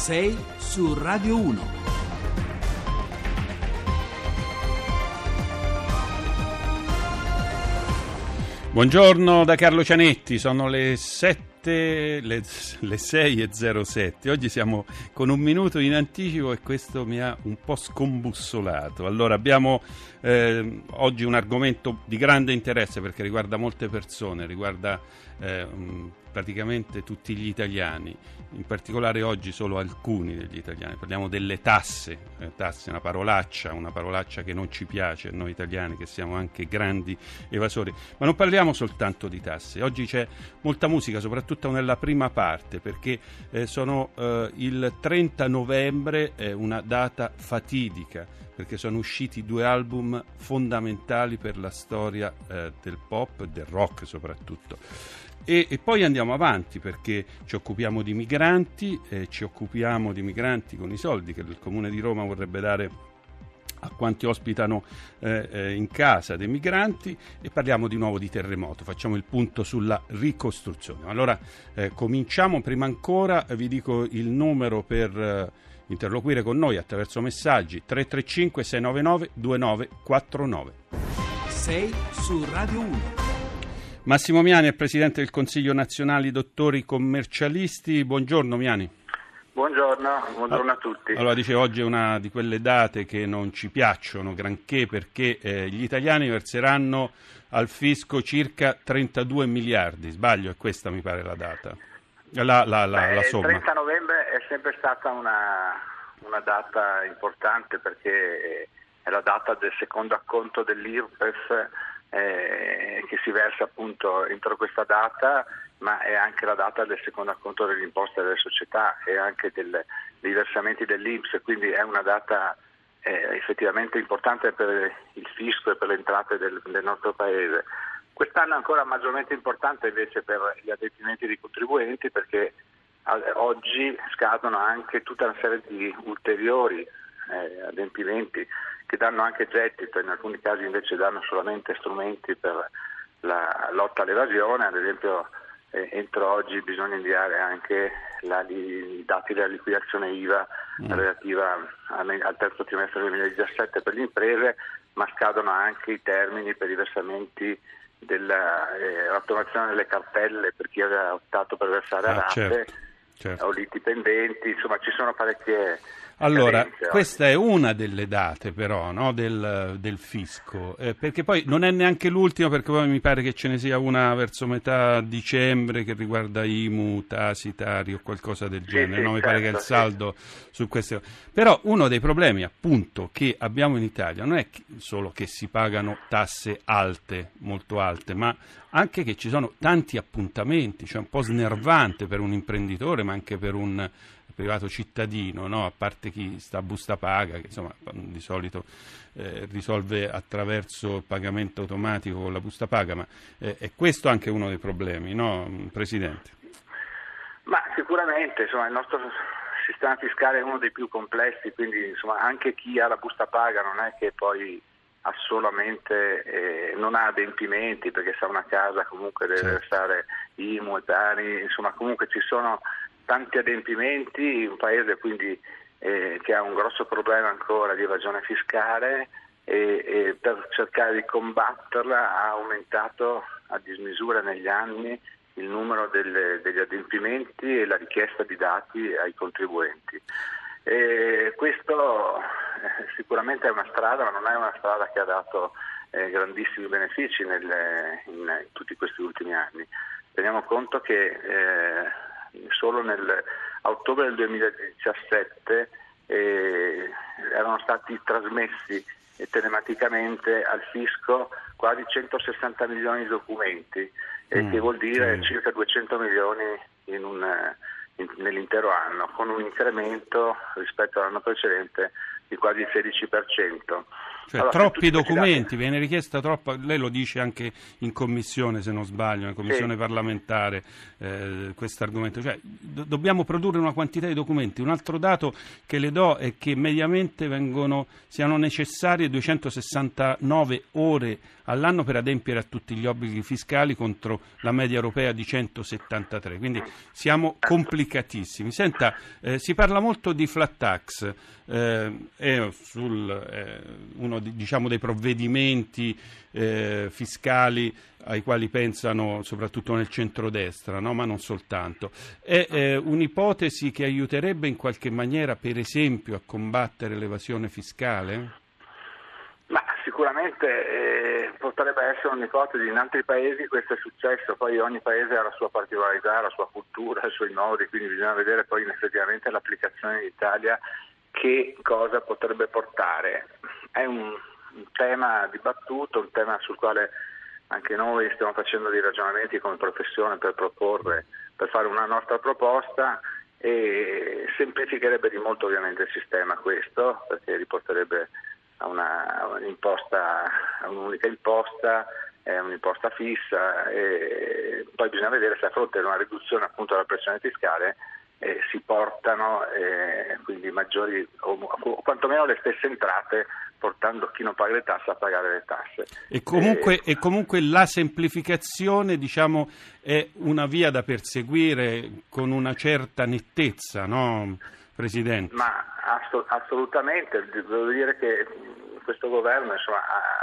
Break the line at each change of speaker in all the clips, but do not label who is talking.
Sei su Radio 1.
Buongiorno da Carlo Cianetti, sono le 6:07. Oggi siamo con un minuto in anticipo e questo mi ha un po' scombussolato. Allora, abbiamo oggi un argomento di grande interesse perché riguarda molte persone, riguarda praticamente tutti gli italiani, in particolare oggi solo alcuni degli italiani. Parliamo delle tasse, tasse, una parolaccia che non ci piace a noi italiani, che siamo anche grandi evasori. Ma non parliamo soltanto di tasse, oggi c'è molta musica, soprattutto nella prima parte, perché sono il 30 novembre, è una data fatidica, perché sono usciti 2 album fondamentali per la storia del pop, del rock soprattutto. E poi andiamo avanti perché ci occupiamo di migranti, con i soldi che il Comune di Roma vorrebbe dare a quanti ospitano in casa dei migranti, e parliamo di nuovo di terremoto, facciamo il punto sulla ricostruzione. Allora cominciamo. Prima ancora vi dico il numero per interloquire con noi attraverso messaggi: 335 699 2949.
Sei su Radio 1.
Massimo Miani è presidente del Consiglio Nazionale Dottori Commercialisti. Buongiorno Miani.
Buongiorno a tutti.
Allora, dice, oggi è una di quelle date che non ci piacciono granché perché gli italiani verseranno al fisco circa 32 miliardi. Sbaglio? È questa, mi pare, la data. La somma.
Il 30 novembre è sempre stata una data importante perché è la data del secondo acconto dell'IRPEF, che si versa appunto entro questa data, ma è anche la data del secondo acconto delle imposte delle società e anche dei versamenti dell'INPS, quindi è una data effettivamente importante per il fisco e per le entrate del nostro paese. Quest'anno è ancora maggiormente importante invece per gli adempimenti dei contribuenti, perché oggi scadono anche tutta una serie di ulteriori adempimenti che danno anche gettito, in alcuni casi invece danno solamente strumenti per la lotta all'evasione. Ad esempio entro oggi bisogna inviare anche i dati della liquidazione IVA relativa al terzo trimestre 2017 per le imprese, ma scadono anche i termini per i versamenti dell'automazione delle cartelle per chi aveva optato per versare a rate, certo. O liti pendenti, insomma ci sono parecchie.
Allora, questa è una delle date però, no, del fisco, perché poi non è neanche l'ultima, perché poi mi pare che ce ne sia una verso metà dicembre che riguarda IMU, Tasi, Tari o qualcosa del genere, no? Mi pare che il saldo su queste. Però uno dei problemi appunto che abbiamo in Italia non è solo che si pagano tasse alte, molto alte, ma anche che ci sono tanti appuntamenti, cioè un po' snervante per un imprenditore ma anche per un privato cittadino, no? A parte chi sta a busta paga, che insomma di solito risolve attraverso il pagamento automatico con la busta paga, ma è questo anche uno dei problemi, no, Presidente?
Ma sicuramente, insomma, il nostro sistema fiscale è uno dei più complessi, quindi insomma anche chi ha la busta paga non è che poi ha solamente non ha adempimenti, perché se ha una casa comunque deve versare IMU e Tari, insomma comunque ci sono tanti adempimenti, un paese quindi che ha un grosso problema ancora di evasione fiscale e per cercare di combatterla ha aumentato a dismisura negli anni il numero degli adempimenti e la richiesta di dati ai contribuenti. Questo sicuramente è una strada, ma non è una strada che ha dato grandissimi benefici in tutti questi ultimi anni. Teniamo conto che solo a ottobre del 2017 erano stati trasmessi telematicamente al fisco quasi 160 milioni di documenti, che vuol dire circa 200 milioni nell'intero anno, con un incremento rispetto all'anno precedente di quasi il 16%.
Cioè,
allora,
troppi documenti, viene richiesta troppa, lei lo dice anche in commissione, se non sbaglio, in commissione parlamentare, questo argomento. Cioè, dobbiamo produrre una quantità di documenti. Un altro dato che le do è che mediamente siano necessarie 269 ore all'anno per adempiere a tutti gli obblighi fiscali contro la media europea di 173, quindi siamo complicatissimi. Senta, si parla molto di flat tax, è uno dei provvedimenti fiscali ai quali pensano soprattutto nel centrodestra, no? Ma non soltanto. È un'ipotesi che aiuterebbe in qualche maniera, per esempio, a combattere l'evasione fiscale?
Ma sicuramente potrebbe essere un'ipotesi. In altri paesi questo è successo, poi ogni paese ha la sua particolarità, la sua cultura, i suoi modi, quindi bisogna vedere poi effettivamente l'applicazione in Italia che cosa potrebbe portare. È un tema dibattuto, un tema sul quale anche noi stiamo facendo dei ragionamenti come professione per fare una nostra proposta, e semplificherebbe di molto ovviamente il sistema questo, perché riporterebbe a un'unica imposta, un'imposta fissa, e poi bisogna vedere se a fronte di una riduzione appunto della pressione fiscale si portano quindi maggiori o quantomeno le stesse entrate, portando chi non paga le tasse a pagare le tasse. E
comunque la semplificazione, diciamo, è una via da perseguire con una certa nettezza, no, Presidente?
Ma assolutamente, devo dire che questo governo, insomma,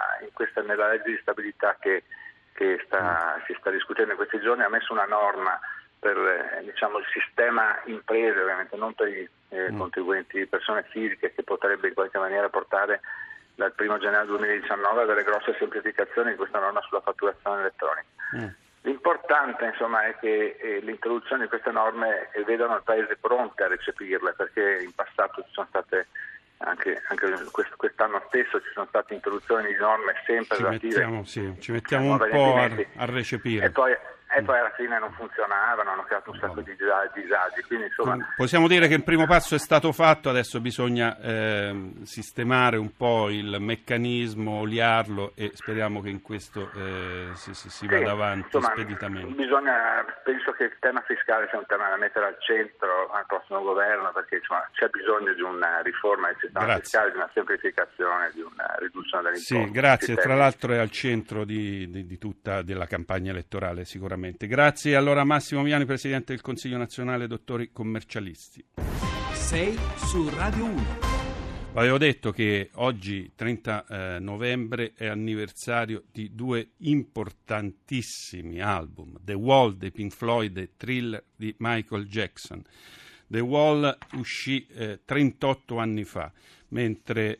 nella legge di stabilità che si sta discutendo in questi giorni, ha messo una norma per il sistema imprese, ovviamente non per i contribuenti persone fisiche, che potrebbe in qualche maniera portare dal 1 gennaio 2019 a delle grosse semplificazioni di questa norma sulla fatturazione elettronica. L'importante, insomma, è che l'introduzione di queste norme vedano il Paese pronte a recepirle, perché in passato ci sono state anche quest'anno stesso ci sono state introduzioni di norme sempre relative.
Ci mettiamo un po' a recepire.
E poi alla fine non funzionavano, hanno creato un sacco di disagi. Quindi, insomma,
possiamo dire che il primo passo è stato fatto, adesso bisogna sistemare un po' il meccanismo, oliarlo, e speriamo che in questo si vada avanti speditamente.
Penso che il tema fiscale sia un tema da mettere al centro al prossimo governo, perché c'è bisogno di una riforma del sistema fiscale, di una semplificazione, di una riduzione delle imposte.
Sì, grazie. Tra l'altro è al centro di tutta della campagna elettorale, sicuramente. Grazie allora Massimo Miani, Presidente del Consiglio nazionale dottori commercialisti.
6 su Radio 1.
Avevo detto che oggi, 30 novembre, è anniversario di due importantissimi album, The Wall di Pink Floyd e Thriller di Michael Jackson. The Wall uscì 38 anni fa, mentre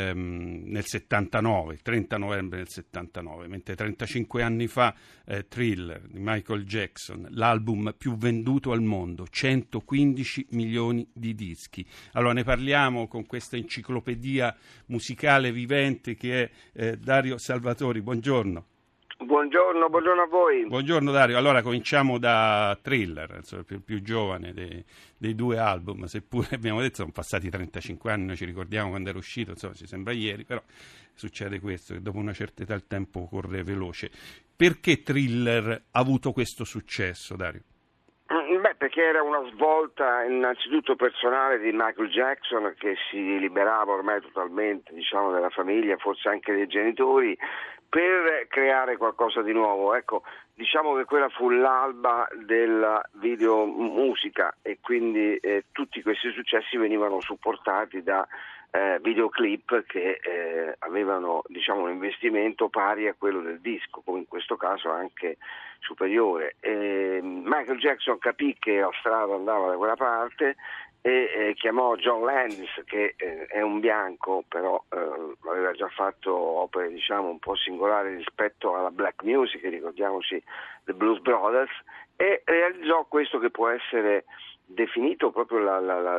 nel 79, il 30 novembre del 79, mentre 35 anni fa Thriller di Michael Jackson, l'album più venduto al mondo, 115 milioni di dischi. Allora ne parliamo con questa enciclopedia musicale vivente che è Dario Salvatori. Buongiorno.
Buongiorno a voi.
Buongiorno Dario. Allora cominciamo da Thriller, insomma, più giovane dei due album, seppure abbiamo detto sono passati 35 anni, noi ci ricordiamo quando era uscito, insomma ci sembra ieri, però succede questo, che dopo una certa età il tempo corre veloce. Perché Thriller ha avuto questo successo, Dario?
Perché era una svolta innanzitutto personale di Michael Jackson, che si liberava ormai totalmente, della famiglia, forse anche dei genitori, per creare qualcosa di nuovo. Ecco, diciamo che quella fu l'alba della videomusica, e quindi tutti questi successi venivano supportati da videoclip che avevano un investimento pari a quello del disco, come in questo caso anche superiore. Michael Jackson capì che la strada andava da quella parte e chiamò John Landis, che è un bianco, però aveva già fatto opere un po' singolari rispetto alla black music, ricordiamoci The Blues Brothers, e realizzò questo che può essere definito proprio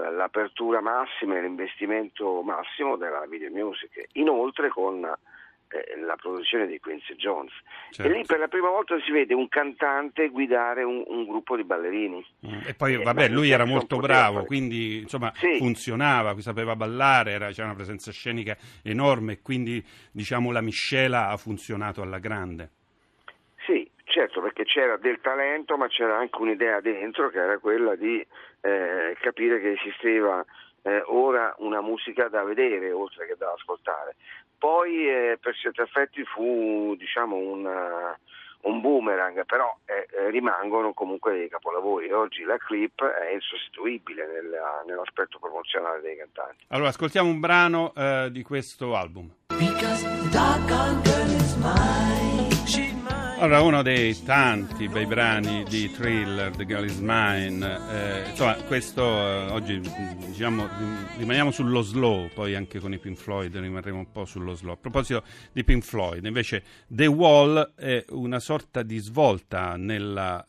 l'apertura massima e l'investimento massimo della videomusic, inoltre con la produzione di Quincy Jones.
Certo.
E lì per la prima volta si vede un cantante guidare un gruppo di ballerini.
E poi vabbè, lui era molto bravo, quindi insomma
sì,
funzionava, sapeva ballare, c'era una presenza scenica enorme, quindi diciamo la miscela ha funzionato alla grande.
Sì, certo, perché c'era del talento, ma c'era anche un'idea dentro che era quella di capire che esisteva ora una musica da vedere oltre che da ascoltare. Poi per certi aspetti fu, diciamo, un boomerang, però rimangono comunque dei capolavori. Oggi la clip è insostituibile nell'aspetto promozionale dei cantanti.
Allora ascoltiamo un brano di questo album. Allora, uno dei tanti bei brani di Thriller, The Girl Is Mine, insomma questo oggi diciamo rimaniamo sullo slow, poi anche con i Pink Floyd rimarremo un po' sullo slow. A proposito di Pink Floyd, invece The Wall è una sorta di svolta nella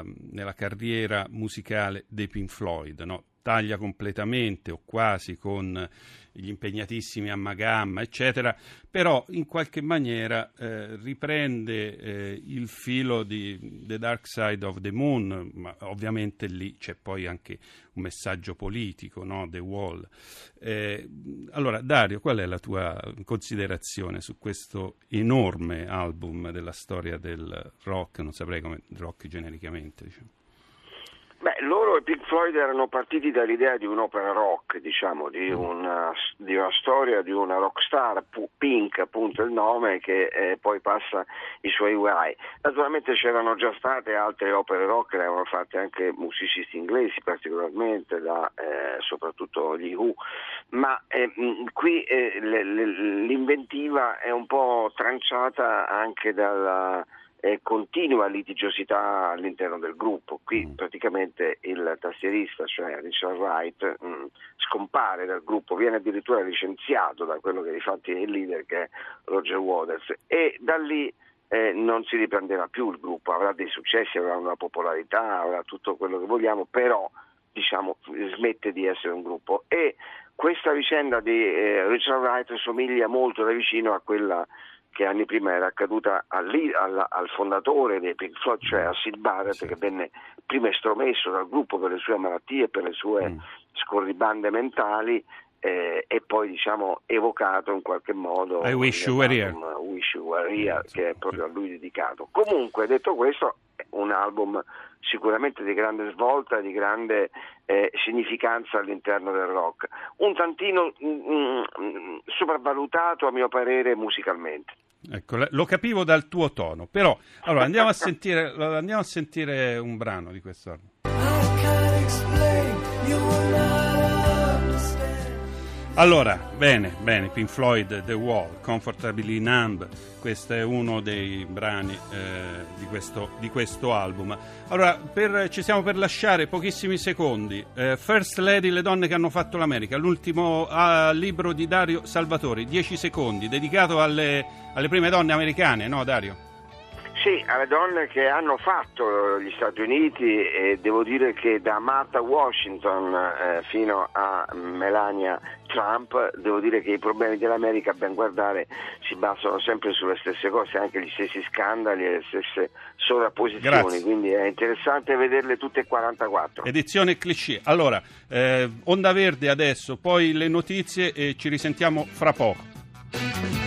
carriera musicale dei Pink Floyd, no? Taglia completamente o quasi con gli impegnatissimi Amma Gamma, eccetera, però in qualche maniera riprende il filo di The Dark Side of the Moon, ma ovviamente lì c'è poi anche un messaggio politico, no? The Wall. Allora, Dario, qual è la tua considerazione su questo enorme album della storia del rock? Non saprei come rock genericamente, diciamo.
Beh, loro i Pink Floyd erano partiti dall'idea di un'opera rock, diciamo, di una storia di una rockstar, Pink appunto il nome, che poi passa i suoi guai. Naturalmente c'erano già state altre opere rock, le avevano fatte anche musicisti inglesi particolarmente, soprattutto gli Who, ma qui l'inventiva è un po' tranciata anche dalla continua litigiosità all'interno del gruppo. Qui praticamente il tastierista, cioè Richard Wright, scompare dal gruppo, viene addirittura licenziato da quello che difatti è il leader, che è Roger Waters, e da lì non si riprenderà più il gruppo. Avrà dei successi, avrà una popolarità, avrà tutto quello che vogliamo, però diciamo smette di essere un gruppo. E questa vicenda di Richard Wright somiglia molto da vicino a quella che anni prima era accaduta al fondatore dei Pink Floyd, cioè a Syd Barrett, che venne prima estromesso dal gruppo per le sue malattie, per le sue scorribande mentali, e poi diciamo evocato in qualche modo
I Wish You Were Here,
Wish You Were Here, che è proprio a lui dedicato. Comunque, detto questo, è un album sicuramente di grande svolta, di grande significanza all'interno del rock, un tantino sopravvalutato a mio parere musicalmente.
Ecco, lo capivo dal tuo tono, però allora andiamo a sentire un brano di questo album. Allora, bene, Pink Floyd, The Wall, Comfortably Numb, questo è uno dei brani di questo album. Allora, ci stiamo per lasciare pochissimi secondi. First Lady, le donne che hanno fatto l'America, l'ultimo libro di Dario Salvatori, 10 secondi, dedicato alle prime donne americane, no Dario?
Sì, alle donne che hanno fatto gli Stati Uniti, e devo dire che da Martha Washington fino a Melania Trump, devo dire che i problemi dell'America, a ben guardare, si basano sempre sulle stesse cose, anche gli stessi scandali e le stesse sovrapposizioni.
Grazie.
Quindi è interessante vederle tutte e 44.
Edizione cliché. Allora, Onda Verde adesso, poi le notizie e ci risentiamo fra poco.